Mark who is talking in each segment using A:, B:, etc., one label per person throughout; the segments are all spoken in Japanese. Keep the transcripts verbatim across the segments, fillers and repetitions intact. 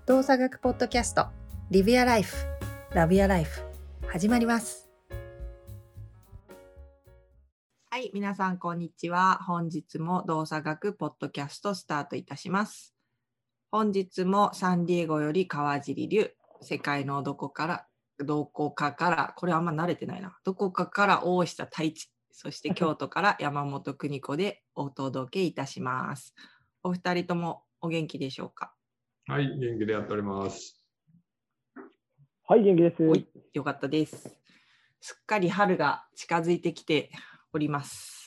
A: 動作学ポッドキャスト Live Your Life Love Your Life 始まります。はい、皆さんこんにちは。本日も動作学ポッドキャストスタートいたします。本日もサンディエゴより川尻龍、世界のどこからどこかからこれあんま慣れてないなどこかから大下太一、そして京都から山本邦子でお届けいたします。お二人ともお元気でしょうか？
B: はい、元気でやっております。
C: はい、元気です。
A: おい、よかったです。すっかり春が近づいてきております。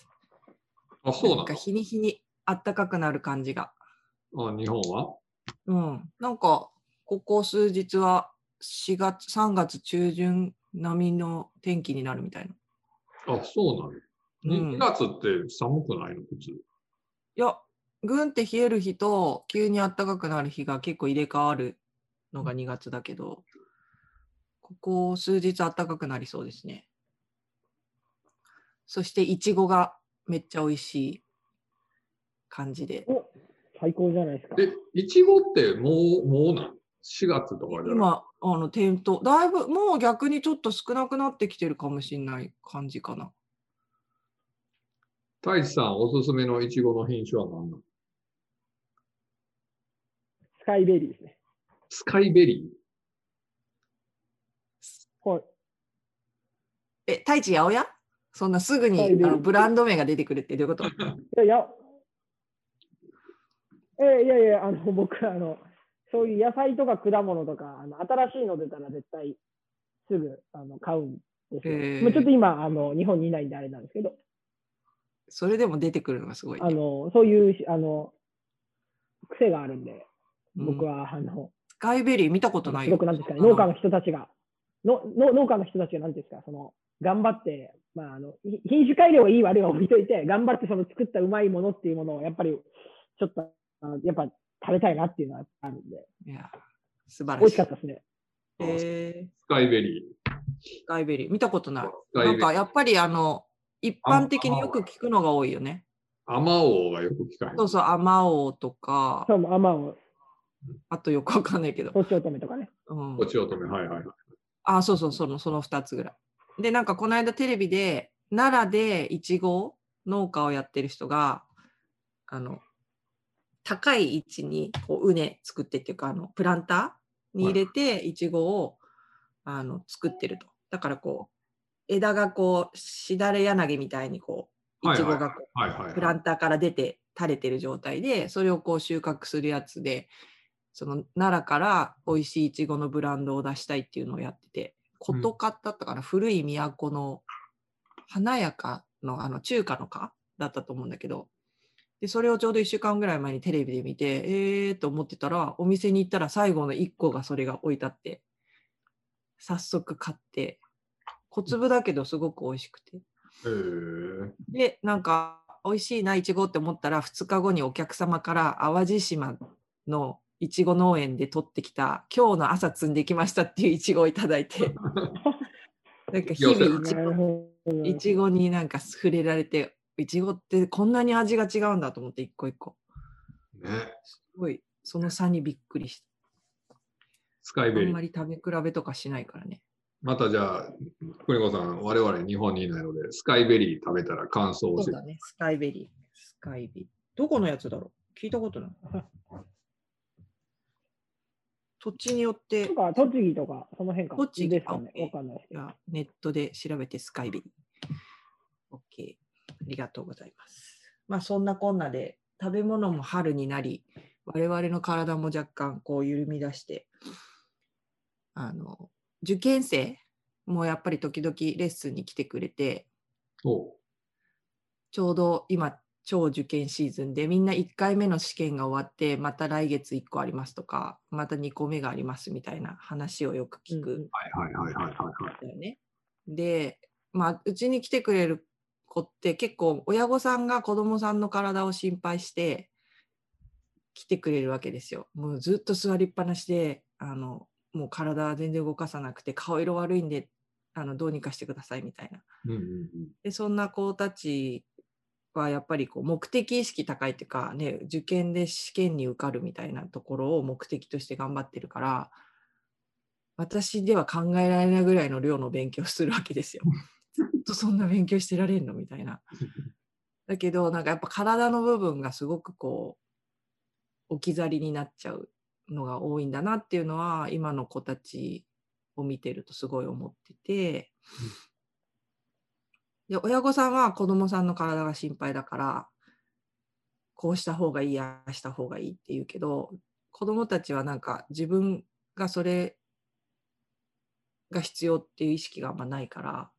B: あ、そうなの？
A: なんか日に日に暖かくなる感じが。
B: あ、日本は？
A: うん、なんかここ数日はしがつ、さんがつ中旬並みの天気になるみたいな。
B: あ、そうなの。
A: うん、
B: にがつって寒くないの普通？
A: いや、ぐんって冷える日と急に暖かくなる日が結構入れ替わるのがにがつだけど、ここ数日暖かくなりそうですね。そしていちごがめっちゃ美味しい感じで。
C: お、最高じゃないですか。
B: え、いちごってもう、もうなんしがつとかじゃない？
A: 今、あの店頭、だいぶもう逆にちょっと少なくなってきてるかもしれない感じかな。
B: 太一さんおすすめのいちごの品種は何なの？
C: スカイベリーですね。
B: スカイベリ
C: はい。
A: え、太一八百屋？そんなすぐに
C: はいで
A: あのブランド名が出てくるってどういうこと？
C: いやいや、えいやいや、あの僕あの、そういう野菜とか果物とか、あの新しいの出たら絶対すぐあの買うんですよ。
A: えー
C: まあ、ちょっと今あの、日本にいないんであれなんですけど、
A: それでも出てくるのがすごいね。
C: あのそういうあの癖があるんで、
A: うん
C: 僕はあの、
A: スカイベリー見たことないよ。
C: すごくなんですかね、農家の人たちが、のの農家の人たちがなんていうんですか、その頑張って、まあ、あのひ品種改良がいい悪いは置いといて、頑張ってその作ったうまいものっていうものをやっぱりちょっとあのやっぱ食べたいなっていうのはあるんで、
A: いや、素晴らしい。
C: 美味しかったですね。
A: えー、
B: ー、スカイベリー。
A: スカイベリー見たことない。
B: スカイベリー
A: なんかやっぱりあの一般的によく聞くのが多いよね。
B: アマオがよく聞かへん。
A: そうそう、アマオとか、
C: そう、あまあ、
A: あとよくわかんないけど。
C: とちおとめとかね。
A: うん
B: とちおとめ、はいはいはい。
A: あ、そうそう、その、そのふたつぐらい。で、なんかこの間テレビで、奈良でいちご農家をやってる人が、あの、高い位置にこう畝作ってっていうか、あの、プランターに入れていちごを、あの、作ってると。だからこう、枝がこう、しだれ柳みたいにこう、いちごがこう、
B: はいはいはい。
A: プランターから出て垂れてる状態で、それをこう収穫するやつで、その奈良から美味しいいちごのブランドを出したいっていうのをやってて、ことかだったかな、古い都の華やかのあの中華の花だったと思うんだけど、でそれをちょうどいっしゅうかんぐらい前にテレビで見て、えーと思ってたら、お店に行ったら最後のいっこがそれが置いてあって、早速買って、小粒だけどすごく美味しくて。
B: へー。
A: で、なんか美味しいないちごって思ったら、ふつかごにお客様から淡路島のいちご農園で取ってきた今日の朝摘んできましたっていういちごをいただいてなんか日々いちごいちごになんか触れられて、いちごってこんなに味が違うんだと思って一個一個
B: ね。
A: すごいその差にびっくりした。
B: スカイベリー。
A: あんまり食べ比べとかしないからね。
B: またじゃあ、邦子さん、我々日本にいないので、スカイベリー食べたら感想を教えて。
A: そうだね、スカイベリー。スカイベリー。どこのやつだろう？聞いたことない。土地によって。
C: とか、栃木とか、その辺か。
A: 栃木
C: ですかね。
A: あ
C: わかんないです
A: いや。ネットで調べてスカイベリー。OK。ありがとうございます。まあそんなこんなで食べ物も春になり、我々の体も若干こう緩み出して、あの、受験生もやっぱり時々レッスンに来てくれて、
B: お
A: ちょうど今、超受験シーズンでみんないっかいめの試験が終わってまた来月いっこありますとかまたにこめがありますみたいな話をよく聞く、うんうん、
B: はいはいはいはいはい
A: だよね。で、まあうちに来てくれる子って結構親御さんが子どもさんの体を心配して来てくれるわけですよ。もうずっと座りっぱなしであのもう体全然動かさなくて顔色悪いんであのどうにかしてくださいみたいな、
B: うんうんうん、
A: でそんな子たちはやっぱりこう目的意識高いっていうか、ね、受験で試験に受かるみたいなところを目的として頑張ってるから、私では考えられないぐらいの量の勉強するわけですよ。ずっとそんな勉強してられんのみたいな。だけどなんかやっぱ体の部分がすごくこう置き去りになっちゃうのが多いんだなっていうのは今の子たちを見てるとすごい思ってて、で親御さんは子供さんの体が心配だからこうした方がいいああした方がいいって言うけど、子供たちはなんか自分がそれが必要っていう意識があんまないから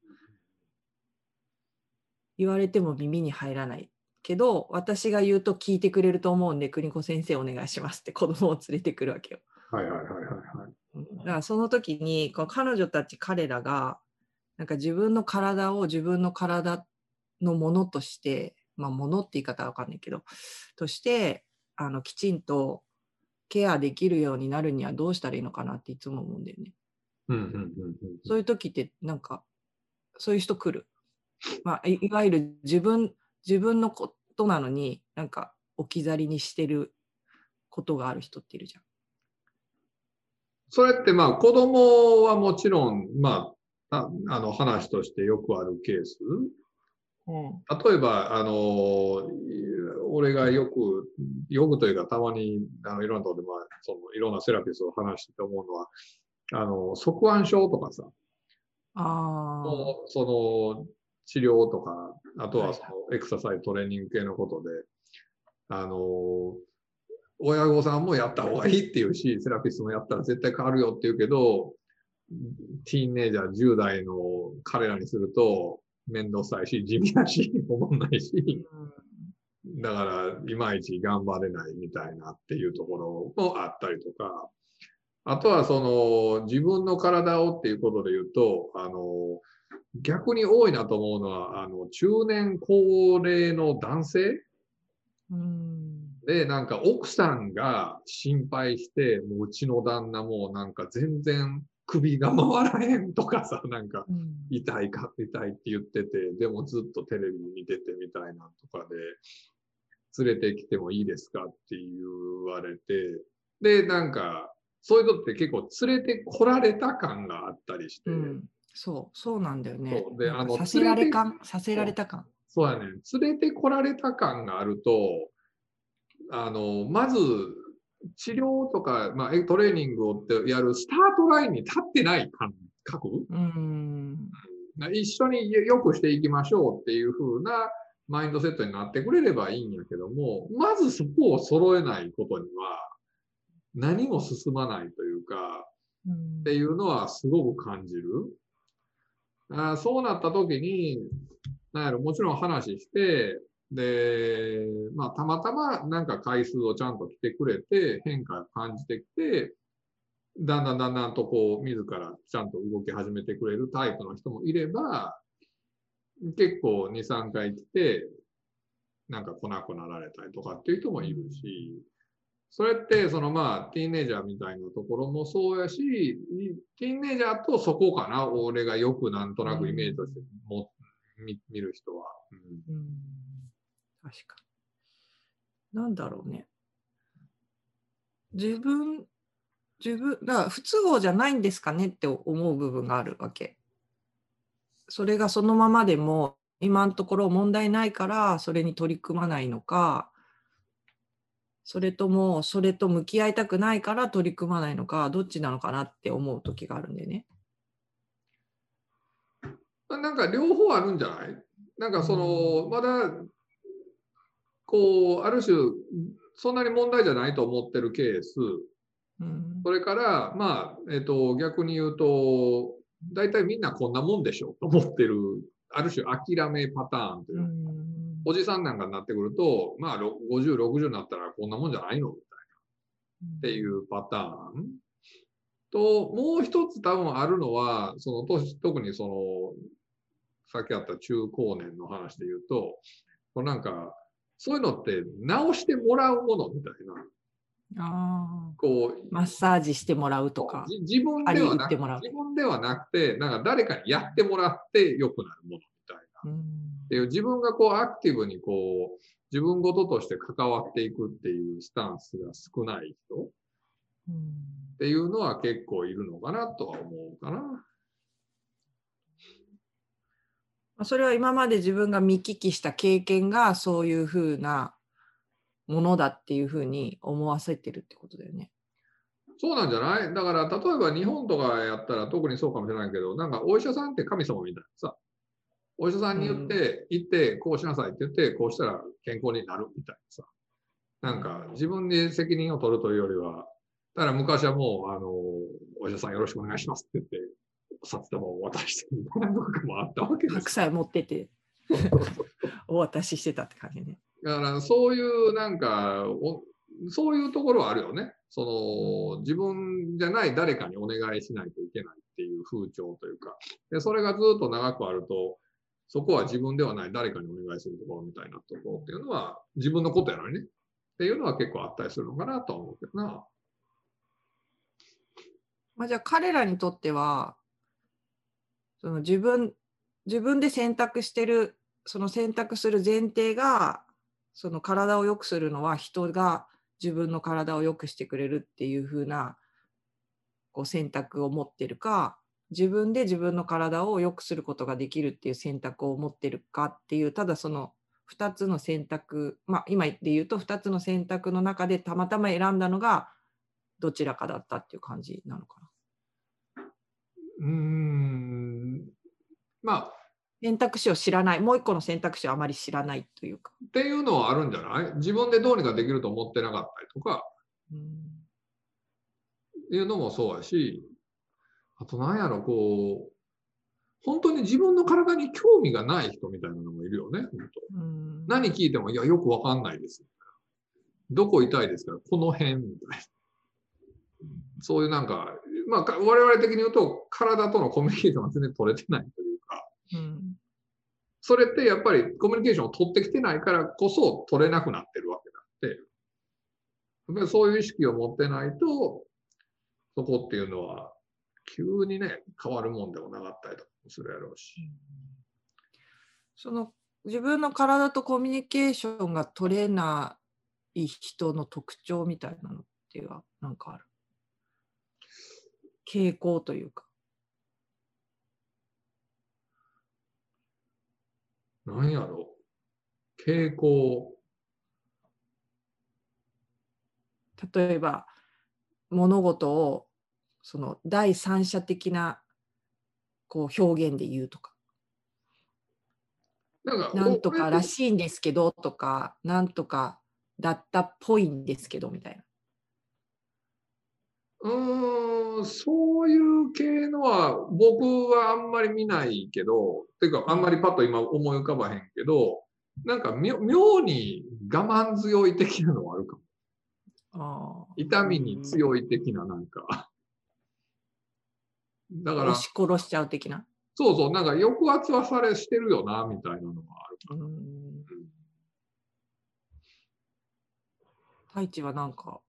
A: 言われても耳に入らないけど、私が言うと聞いてくれると思うんで邦子先生お願いしますって子供を連れてくるわけよ。
B: はいはいはいはいはい。
A: だからその時にこう彼女たち彼らがなんか自分の体を自分の体のものとして、まあものって言い方は分かんないけどとしてあのきちんとケアできるようになるにはどうしたらいいのかなっていつも思うんだよね。
B: うんうんうんうん、
A: そういう時ってなんかそういう人来る。まあ、い, いわゆる自分自分のことなのになんか置き去りにしてることがある人っているじゃん。
B: それってまあ子供はもちろん、まあ、ああの話としてよくあるケース。
A: うん、
B: 例えば、あの俺がよく、よくというかたまにあのいろんなところで、まあ、そのいろんなセラピストを話してて思うのは、あの側腕症とかさ、
A: あ
B: その治療とか、あとはそ
A: は
B: のエクササイズトレーニング系のことで、あの親御さんもやった方がいいっていうし、セラピストもやったら絶対変わるよって言うけど、ティーンエイジャーじゅう代の彼らにすると面倒くさいし、地味だし、思んないし、だからいまいち頑張れないみたいなっていうところもあったりとか、あとはその自分の体をっていうことで言うと、あの逆に多いなと思うのは、あの中年高齢の男性
A: うん
B: で、なんか奥さんが心配して、もううちの旦那もなんか全然首が回らへんとかさ、なんか痛いか痛いって言ってて、でもずっとテレビ見ててみたいなとかで、連れてきてもいいですかって言われて、で、なんか、そういうのって結構連れてこられた感があったりして、うん、
A: そう、そうなんだよね。
B: そうで、あの、
A: させられ感、させられた感。
B: そうやね。連れてこられた感があると、あの、まず、治療とか、まあ、トレーニングをってやるスタートラインに立ってない感覚、うん、一緒に良くしていきましょうっていう風なマインドセットになってくれればいいんやけども、まずそこを揃えないことには何も進まないというか、うん、っていうのはすごく感じる。あそうなった時に、なんやろ、もちろん話して、で、まあ、たまたまなんか回数をちゃんと来てくれて、変化を感じてきて、だんだんだんだんとこう、自らちゃんと動き始めてくれるタイプの人もいれば、結構に、さんかい来て、なんか来なくなられたりとかっていう人もいるし、それって、そのまあ、ティーンエイジャーみたいなところもそうやし、ティーンエイジャーとそこかな、俺がよくなんとなくイメージとしても見見る人は。うんうん、
A: 確かに。なんだろうね。自分、自分、だから不都合じゃないんですかねって思う部分があるわけ。それがそのままでも、今のところ問題ないから、それに取り組まないのか、それとも、それと向き合いたくないから取り組まないのか、どっちなのかなって思う時があるんだよね。
B: なんか両方あるんじゃない？なんかその、まだ、こう、ある種、そんなに問題じゃないと思ってるケース、うん、それから、まあ、えっと、逆に言うと、大体みんなこんなもんでしょと思ってる、ある種諦めパターンという、うん、おじさんなんかになってくると、まあ、ごじゅう、ろくじゅうになったらこんなもんじゃないのみたいな、っていうパターン。と、もう一つ多分あるのは、その特にその、さっきあった中高年の話で言うと、こうなんか、そういうのって直してもらうものみたいな。
A: あ
B: こう
A: マッサージしてもらうとか、
B: 自分ではなく、自分ではなくて、なんか誰かにやってもらって良くなるものみたいな。 っていう自分がこうアクティブにこう自分ごととして関わっていくっていうスタンスが少ない人っていうのは結構いるのかなとは思うかな。
A: それは今まで自分が見聞きした経験がそういうふうなものだっていうふうに思わせてるってことだよね。
B: そうなんじゃない？だから例えば日本とかやったら特にそうかもしれないけど、なんかお医者さんって神様みたいなさ、お医者さんに言って、行ってこうしなさいって言って、こうしたら健康になるみたいなさ、なんか自分で責任を取るというよりは、だから昔はもう、あの、お医者さんよろしくお願いしますって言って、札束を渡してみたいなとかもあったわけです。
A: 白菜持っててお渡ししてたって感じね。
B: だからそういうなんかお、そういうところはあるよね。その自分じゃない誰かにお願いしないといけないっていう風潮というか、でそれがずっと長くあると、そこは自分ではない誰かにお願いするところみたいなところっていうのは自分のことやのにね。っていうのは結構あったりするのかなと思うけどな。
A: まあ、じゃあ彼らにとってはその自分自分で選択してるその選択する前提がその体を良くするのは人が自分の体を良くしてくれるっていう風なこう選択を持ってるか、自分で自分の体を良くすることができるっていう選択を持ってるかっていう、ただそのふたつの選択、まあ今で言うとふたつの選択の中でたまたま選んだのがどちらかだったっていう感じなのかな。
B: うーん。まあ。
A: 選択肢を知らない、もう一個の選択肢をあまり知らないというか。
B: っていうのはあるんじゃない？自分でどうにかできると思ってなかったりとか、うん、いうのもそうやし、あと何やろ、こう、本当に自分の体に興味がない人みたいなのもいるよね、本当。うん、何聞いても、いや、よくわかんないです。どこ痛いですか？この辺みたいな。そういうなんか、まあ、我々的に言うと、体とのコミュニケーションが全然取れてないというか、うん、それってやっぱりコミュニケーションを取ってきてないからこそ取れなくなってるわけだって、やっぱりそういう意識を持ってないと、そこっていうのは急にね、変わるもんでもなかったりとかもするやろうし。
A: その自分の体とコミュニケーションが取れない人の特徴みたいなのっていうのは何かある？傾向というか。
B: 何やろう？傾向。
A: 例えば物事をその第三者的なこう表現で言うとか、なんかなんとからしいんですけどとか、なんとかだったっぽいんですけどみたいな。
B: うーん、そういう系のは僕はあんまり見ないけど、っていうかあんまりパッと今思い浮かばへんけど、なんか妙に我慢強い的なのはあるかも。あ、痛みに強い的ななんか。
A: だから。押し殺しちゃう的な。
B: そうそう、なんか抑圧はされしてるよな、みたいなのがあるかな。うん。
A: 太一はなんか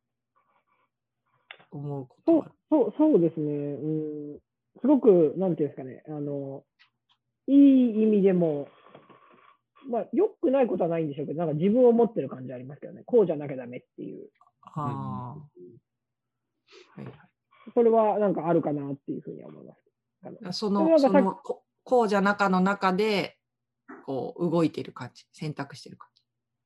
A: 思うことはある？
C: そうそうそうですね。うん、すごく、なんていうんですかね、あの、いい意味でも、まあ、良くないことはないんでしょうけど、なんか自分を持ってる感じありますけどね、こうじゃなきゃダメっていう。あ、はいはい。それはなんかあるかなっていうふうに思います。
A: その、そのこ、こうじゃなかの中で、こう動いてる感じ、選択してる感じ。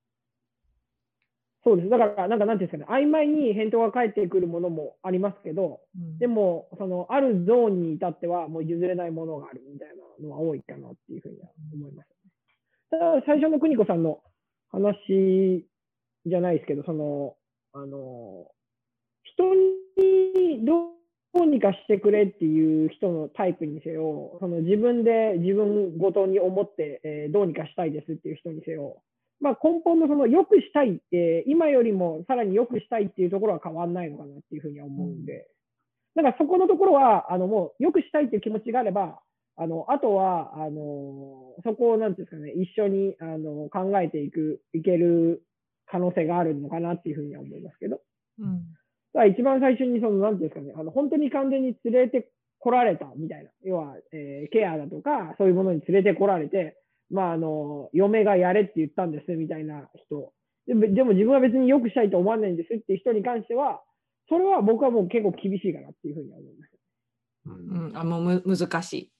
C: そうです。だから、なんか、なんていうんですかね、曖昧に返答が返ってくるものもありますけど、うん、でも、その、あるゾーンに至っては、もう譲れないものがあるみたいなのは多いかなっていうふうには思います。ただ、最初の邦子さんの話じゃないですけど、その、あの、人にどうにかしてくれっていう人のタイプにせよ、その自分で自分ごとに思って、えー、どうにかしたいですっていう人にせよ、まあ、根本のその良くしたいって、今よりもさらに良くしたいっていうところは変わらないのかなっていうふうには思うんで、だからそこのところは、あのもう良くしたいっていう気持ちがあれば、あのあとはあのそこをなんていうんですかね、一緒にあの考えていく、いける可能性があるのかなっていうふうには思いますけど。うん、だから一番最初にそのなんていうんですかね、あの本当に完全に連れてこられたみたいな、要は、えー、ケアだとかそういうものに連れてこられて、 まあ、あの、嫁がやれって言ったんですみたいな人。でもでも自分は別に良くしたいと思わないんですっていう人に関しては、それは僕はもう結構厳しいかなっていうふうに思います。
A: うん、あもうむ難しい。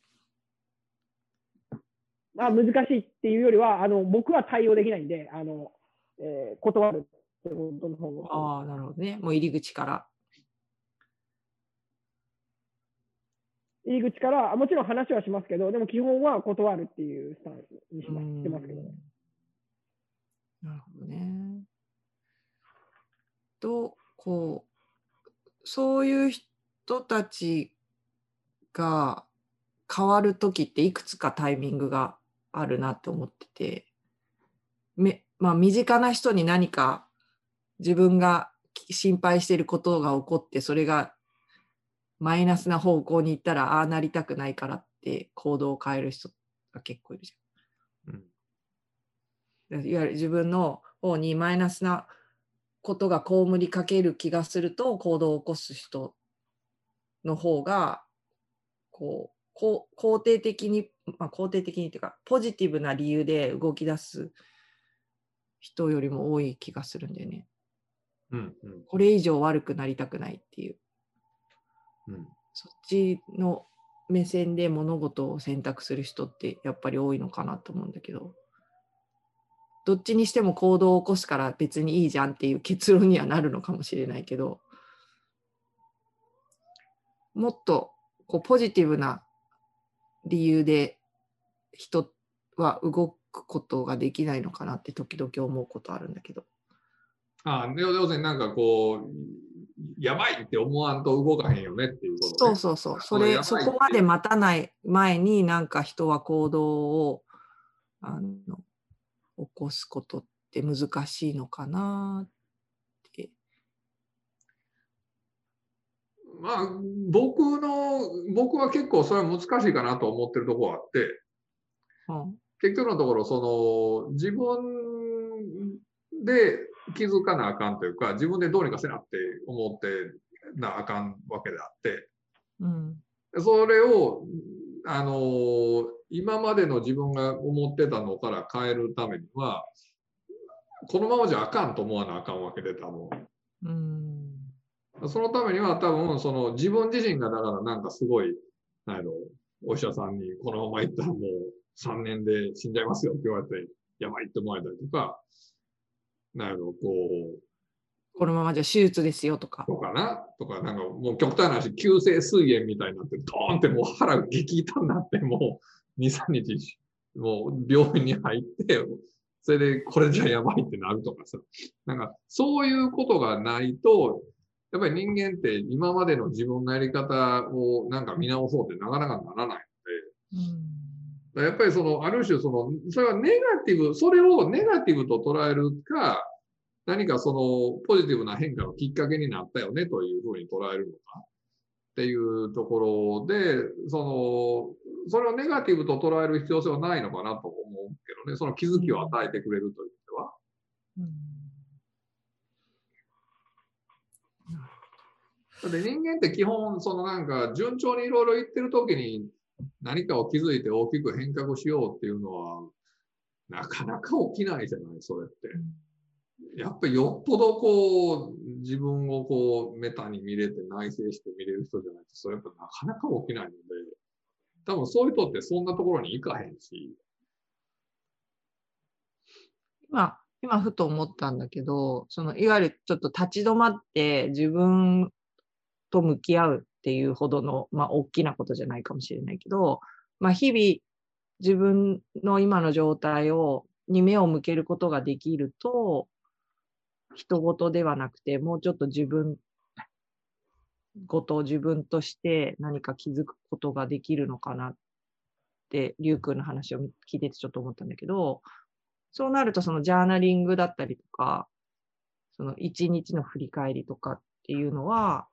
C: まあ、難しいっていうよりは、あの僕は対応できないんで、あのえー断るってことの方が。
A: ああ、なるほどね。もう入り口から。
C: 入り口から、もちろん話はしますけど、でも基本は断るっていうスタンスにしますしてますけどね。
A: なるほどね。と、こう、そういう人たちが変わるときっていくつかタイミングがあるなと思ってて、めまあ、身近な人に何か自分が心配していることが起こって、それがマイナスな方向に行ったら、ああなりたくないからって行動を変える人が結構いるじゃん。うん、いわゆる自分の方にマイナスなことが被りかける気がすると行動を起こす人の方がこうこう肯定的に、まあ、肯定的にというかポジティブな理由で動き出す人よりも多い気がするんだよね。
B: うんうん、
A: これ以上悪くなりたくないっていう、
B: うん、
A: そっちの目線で物事を選択する人ってやっぱり多いのかなと思うんだけど、どっちにしても行動を起こすから別にいいじゃんっていう結論にはなるのかもしれないけど、もっとこうポジティブな理由で人は動くことができないのかなって時々思うことあるんだけど。
B: ああ、要するになんかこう、やばいって思わんと動かへんよねっていうことね。
A: そうそうそう。それ、そこまで待たない前になんか人は行動をあの起こすことって難しいのかなって。
B: まあ、僕の、僕は結構それは難しいかなと思ってるところがあって、
A: うん、
B: 結局のところ、その、自分で気づかなあかんというか、自分でどうにかせなって思ってなあかんわけであって、
A: うん、
B: それを、あの、今までの自分が思ってたのから変えるためには、このままじゃあかんと思わなあかんわけで、多分。
A: うん、
B: そのためには多分、その自分自身がだからなんかすごい、あの、お医者さんにこのまま行ったらもうさんねんで死んじゃいますよって言われて、やばいって思われたりとか、なんやろ、こう、
A: このままじゃ手術ですよとか。
B: とかなとか、なんかもう極端な話、急性膵炎みたいになって、ドーンってもう腹激痛になって、もうに、さんにち、もう病院に入って、それでこれじゃやばいってなるとかさ、なんかそういうことがないと、やっぱり人間って今までの自分のやり方をなんか見直そうってなかなかならないので、うん、やっぱりその、ある種その、それはネガティブ、それをネガティブと捉えるか、何かそのポジティブな変化のきっかけになったよねというふうに捉えるのかっていうところで、その、それをネガティブと捉える必要性はないのかなと思うけどね、その気づきを与えてくれるという意味では。うん、だって人間って基本、そのなんか順調にいろいろ言ってる時に何かを気づいて大きく変革しようっていうのは、なかなか起きないじゃない、それって。やっぱりよっぽどこう、自分をこう、メタに見れて内省して見れる人じゃないと、それやっぱなかなか起きないので、多分そういう人ってそんなところに行かへんし。
A: 今、今ふと思ったんだけど、そのいわゆるちょっと立ち止まって自分と向き合うっていうほどの、まあ、大きなことじゃないかもしれないけど、まあ、日々自分の今の状態をに目を向けることができると、人事ではなくて、もうちょっと自分事を自分として何か気づくことができるのかなって、りゅうくんの話を聞いててちょっと思ったんだけど、そうなるとそのジャーナリングだったりとか、その一日の振り返りとかっていうのは、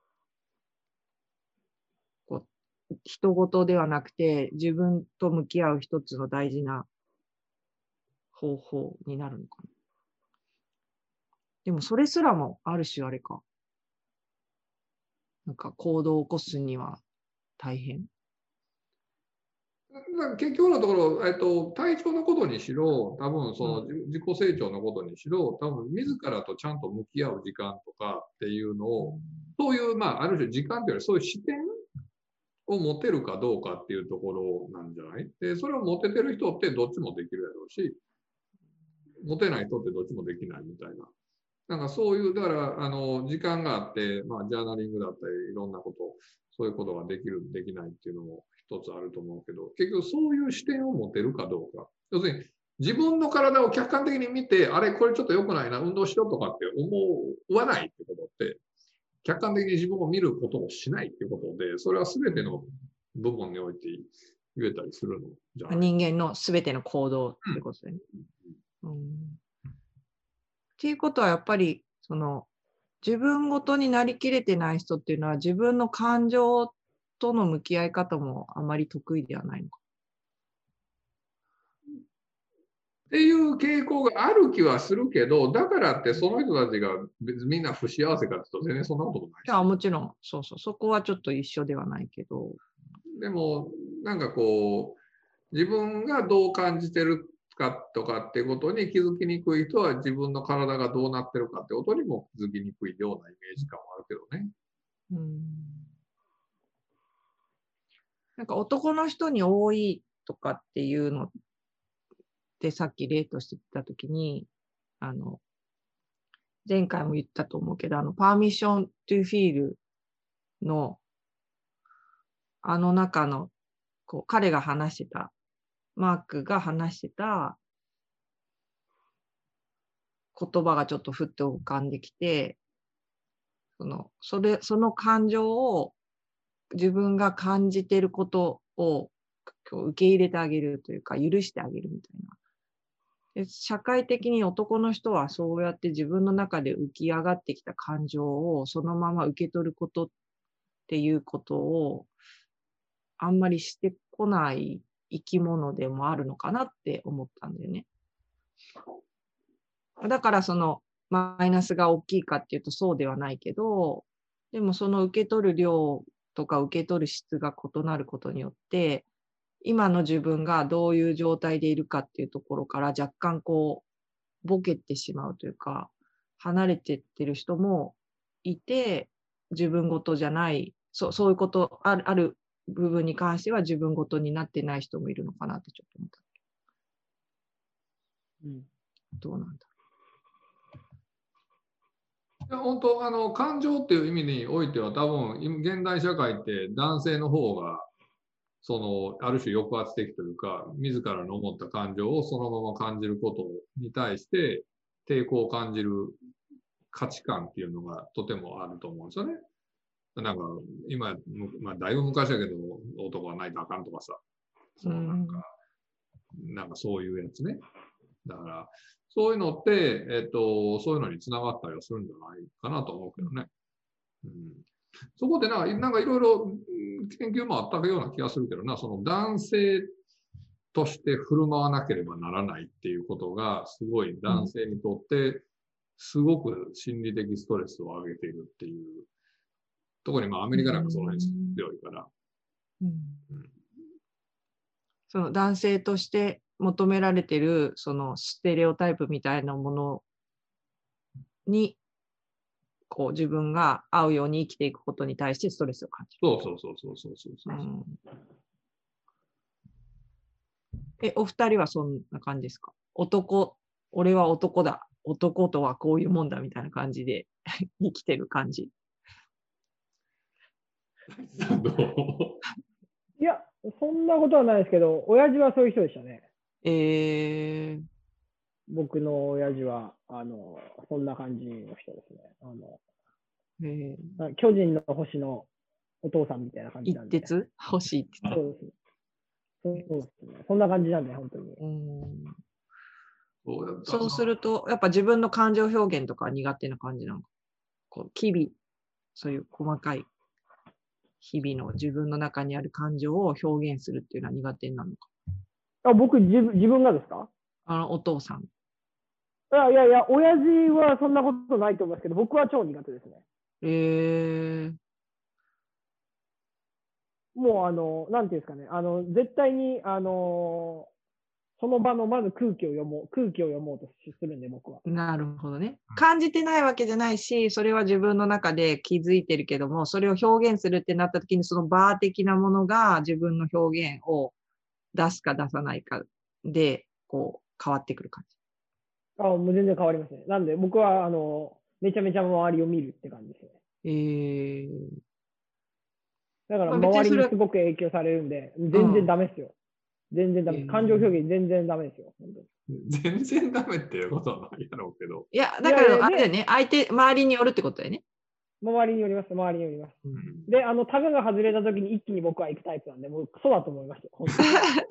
A: こう人事ではなくて自分と向き合う一つの大事な方法になるのかな。でもそれすらもある種あれか。なんか行動を起こすには大変。
B: だから結局のところ、えっと、体調のことにしろ、多分その
A: う
B: 自自己成長のことにしろ、多分自らとちゃんと向き合う時間とかっていうのを、そういう、まあ、ある種時間というより、そういう視点を持てるかどうかっていうところなんじゃない？で、それを持ててる人ってどっちもできるやろうし、持てない人ってどっちもできないみたいな。なんかそういう、だから、あの、時間があって、まあ、ジャーナリングだったり、いろんなこと、そういうことができる、できないっていうのも一つあると思うけど、結局そういう視点を持てるかどうか。要するに、自分の体を客観的に見て、あれ、これちょっと良くないな、運動しようとかって思わないってことって、客観的に自分を見ることをしないっていうことで、それは全ての部門において言えたりするのじゃない？
A: 人間のすべての行動ってことだよね。うんうん、っていうことはやっぱりその自分ごとになりきれてない人っていうのは自分の感情との向き合い方もあまり得意ではないのか。
B: っていう傾向がある気はするけど、だからってその人たちが別にみんな不幸せかって言うと全然そんなこともないし。
A: いや、もちろん、そうそう、そこはちょっと一緒ではないけど。
B: でも、なんかこう、自分がどう感じてるかとかっていうことに気づきにくい人は自分の体がどうなってるかってことにも気づきにくいようなイメージ感はあるけどね。
A: うん、なんか男の人に多いとかっていうのってさっき例として言ったときに、あの、前回も言ったと思うけど、あの、パーミッショントゥフィールの、あの中の、こう、彼が話してた、マークが話してた言葉がちょっとふっと浮かんできて、その、それ、その感情を自分が感じていることを受け入れてあげるというか、許してあげるみたいな。で社会的に男の人はそうやって自分の中で浮き上がってきた感情をそのまま受け取ることっていうことをあんまりしてこない生き物でもあるのかなって思ったんだよね。だからそのマイナスが大きいかっていうとそうではないけど、でもその受け取る量とか受け取る質が異なることによって、今の自分がどういう状態でいるかっていうところから若干こう、ボケてしまうというか、離れてってる人もいて、自分ごとじゃない、そうそういうこと、あるある部分に関しては自分ごとになってない人もいるのかなってちょっと思った。うん、どうなんだ
B: いや本当あの感情っていう意味においては多分現代社会って男性の方がそのある種抑圧的というか自らの思った感情をそのまま感じることに対して抵抗を感じる価値観っていうのがとてもあると思うんですよね。なんか今、まあ、だいぶ昔だけど男はないとあかんとかさ、そのなんか、うん、なんかそういうやつね。だからそういうのって、えっと、そういうのにつながったりはするんじゃないかなと思うけどね。うん、そこでな、なんかいろいろ研究もあったような気がするけどな、その男性として振る舞わなければならないっていうことが、すごい男性にとって、すごく心理的ストレスを上げているっていう、特にまあアメリカなんかその辺強いから。うんうん、
A: その男性として求められてるそのステレオタイプみたいなものにこう自分が合うように生きていくことに対してストレスを感じる。
B: そうそうそうそうそうそうそう、うん、
A: え、お二人はそんな感じですか？男、俺は男だ。男とはこういうもんだみたいな感じで生きてる感じ。
C: いや、そんなことはないですけど、親父はそういう人でしたね。
A: えー、
C: 僕の親父は、あの、そんな感じの人ですね。あの、えー、巨人の星のお父さんみたいな感じなんで。
A: 一徹星一徹。
C: そうですね。そうですね。そんな感じなんで、本当に。
A: うんそうすると、やっぱ自分の感情表現とか苦手な感じなのか。こう日々、そういう細かい日々の自分の中にある感情を表現するっていうのは苦手なのか。
C: あ、僕自分、自分がですか？
A: あの、お父さん。
C: いやいやいや、親父はそんなことないと思いますけど、僕は超苦手ですね。
A: えー、
C: もう、あの、なんていうんですかね、あの、絶対に、あの、その場のまず空気を読もう、空気を読もうとするんで、僕は。
A: なるほどね。感じてないわけじゃないし、それは自分の中で気づいてるけども、それを表現するってなった時に、そのバー的なものが自分の表現を出すか出さないかで、こう、変わってくる感じ。
C: あ、もう全然変わりますね。なんで、僕は、あの、めちゃめちゃ周りを見るって感じですね。
A: えー、
C: だから、
A: まあ別にそれは、
C: 周りにすごく影響されるんで、
A: う
C: 全然
A: ん。
C: ダメですよ。全然ダメです。感情表現全然ダメですよ。本当に。
B: 全然ダメっていうことはないやろうけど。
A: いや、
C: い
A: だから、
C: やいや、で、
A: あれだよね。相手、周りによるってことだよね。
C: 周りによります、周りによります。
A: うん、
C: で、あの、タガが外れた時に一気に僕は行くタイプなんで、もうクソだと思いますよ。本当に。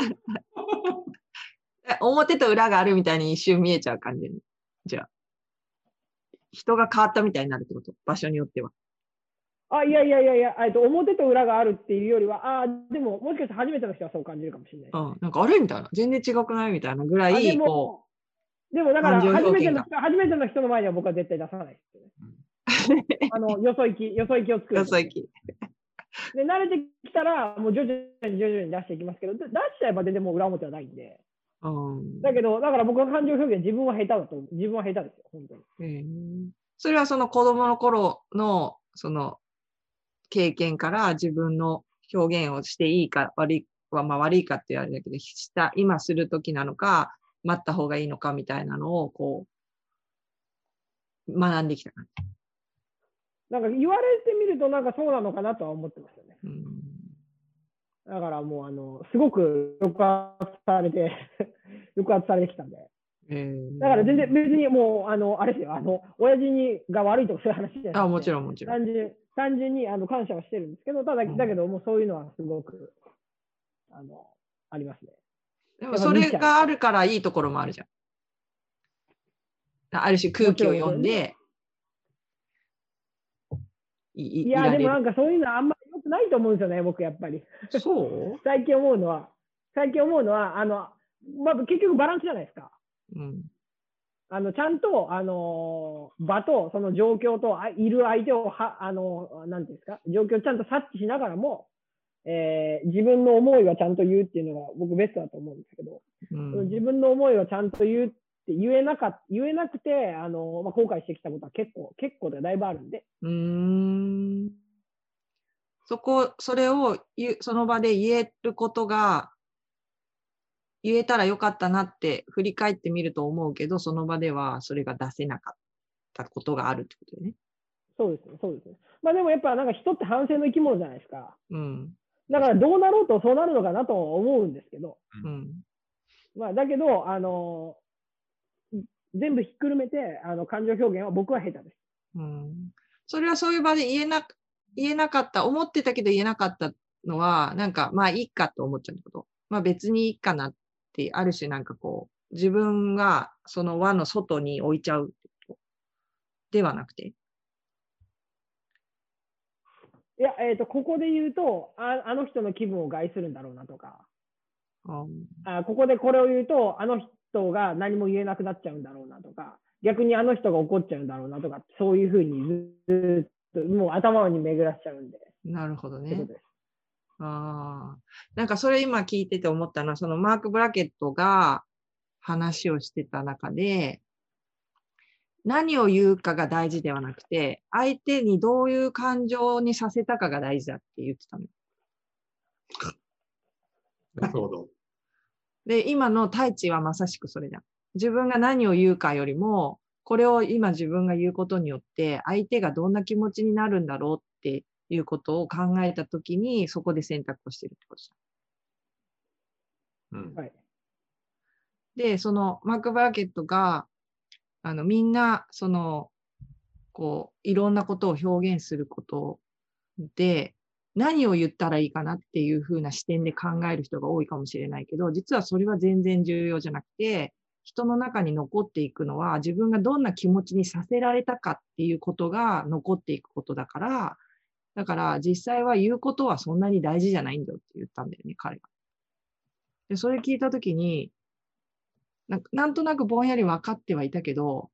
A: 表と裏があるみたいに一瞬見えちゃう感じに。じゃあ、人が変わったみたいになるってこと。場所によっては。
C: あ、いやいやいやいや、えっと、表と裏があるっていうよりは、あ、でも、もしかして初めての人はそう感じるかもしれない。
A: うん。なんかあれみたいな。全然違くないみたいなぐら
C: あ、で
A: い、こ
C: も、でもだ
A: う、感
C: から、初
A: 情表現が。
C: めての人、初めての人の前では僕は絶対出さないですよね。あの、よそ行き、よそ行きを作る
A: よ。そ行き。
C: で、慣れてきたら、もう徐々に徐々に出していきますけど、出しちゃえば全然もう裏表はないんで。
A: うん。
C: だけど、だから僕は感情表現、自分は下手だと思う。自分は下手ですよ、本当に。
A: えーそれはその子供の頃の、その経験から自分の表現をしていいか悪いは、まあ悪いかって言われるだけど、した今するときなのか、待った方がいいのかみたいなのを、こう、学んできた感じ。
C: なんか言われてみると、なんかそうなのかなとは思ってますよね。
A: うん、
C: だからもう、あの、すごく抑圧されて、抑圧されてきたんで。
A: え
C: だから全然
A: ー、
C: 別にもう、あの、あれですよ、あの、親父にが悪いとかそういう話じゃなくて、
A: あ、もちろんもちろん。
C: 単純単純にあの感謝はしてるんですけど、ただ、
A: うん
C: だけどもうそういうのはすごく、あの、ありますね。
A: でもそれがあるからいいところもあるじゃん。ある種空気を読んで、い
C: いや、でも
A: いられる。
C: なんかそういうのはあんまり良くないと思うんですよね、僕やっぱり。
A: そう
C: 最近思うのは、最近思うのは、あの、まあ、結局バランスじゃないですか。
A: うん。
C: あのちゃんと、あの場とその状況とあいる相手をは、あのなんていうんですか、状況をちゃんと察知しながらも、えー自分の思いはちゃんと言うっていうのが僕ベストだと思うんですけど、
A: う
C: その
A: ん。
C: 自分の思いをちゃんと言うって言えなか言えなくて、あのまあ、後悔してきたことは結構、結構でだいぶあるんで。
A: うーん。そこ、それを言うその場で言えることが、言えたらよかったなって振り返ってみると思うけど、その場ではそれが出せなかったことがあるってことよね。
C: そうですね、そうですね。まあでもやっぱなんか人って反省の生き物じゃないですか。
A: うん。
C: だからどうなろうとそうなるのかなと思うんですけど、
A: うん。
C: まあだけど、あの全部ひっくるめて、あの感情表現は僕は下手です。
A: うん。それはそういう場で言えな、言えなかった、思ってたけど言えなかったのは、なんか、まあいいかと思っちゃうってこと。まあ別にいいかなって、ある種なんかこう、自分がその輪の外に置いちゃうってことではなくて。
C: いや、えーと、ここで言うとあ、あの人の気分を害するんだろうなとか、
A: あ
C: あここでこれを言うと、あの人が何も言えなくなっちゃうんだろうなとか、逆にあの人が怒っちゃうんだろうなとか、そういうふうにずっともう頭に巡らしちゃうんで。
A: なるほどね。
C: ってことです。
A: ああ。なんかそれ今聞いてて思ったのは、そのマーク・ブラケットが話をしてた中で、何を言うかが大事ではなくて、相手にどういう感情にさせたかが大事だって言ってたの。
B: なるほど。
A: で、今の太一はまさしくそれだ。自分が何を言うかよりも、これを今自分が言うことによって、相手がどんな気持ちになるんだろうっていうことを考えたときに、そこで選択をしてるってこと
B: うん。
C: はい。
A: で、そのマーク・ブラケットが、あの、みんな、その、こう、いろんなことを表現することで、何を言ったらいいかなっていう風な視点で考える人が多いかもしれないけど、実はそれは全然重要じゃなくて、人の中に残っていくのは、自分がどんな気持ちにさせられたかっていうことが残っていくことだから、だから実際は言うことはそんなに大事じゃないんだよって言ったんだよね、彼が。で、それ聞いたときに、なんかなんとなくぼんやり分かってはいたけど、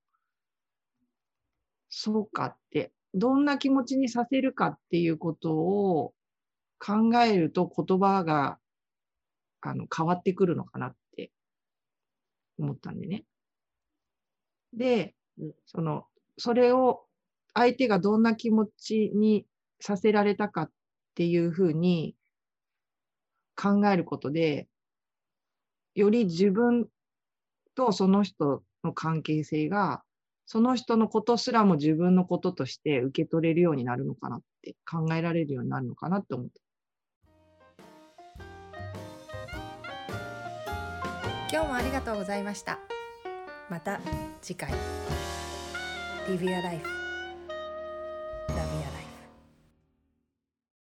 A: そうかって、どんな気持ちにさせるかっていうことを考えると言葉があの変わってくるのかなって思ったんでね。で、その、それを相手がどんな気持ちにさせられたかっていうふうに考えることで、より自分とその人の関係性が、その人のことすらも自分のこととして受け取れるようになるのかなって考えられるようになるのかなって思って。
D: 今日もありがとうございました。また次回。Live Your Life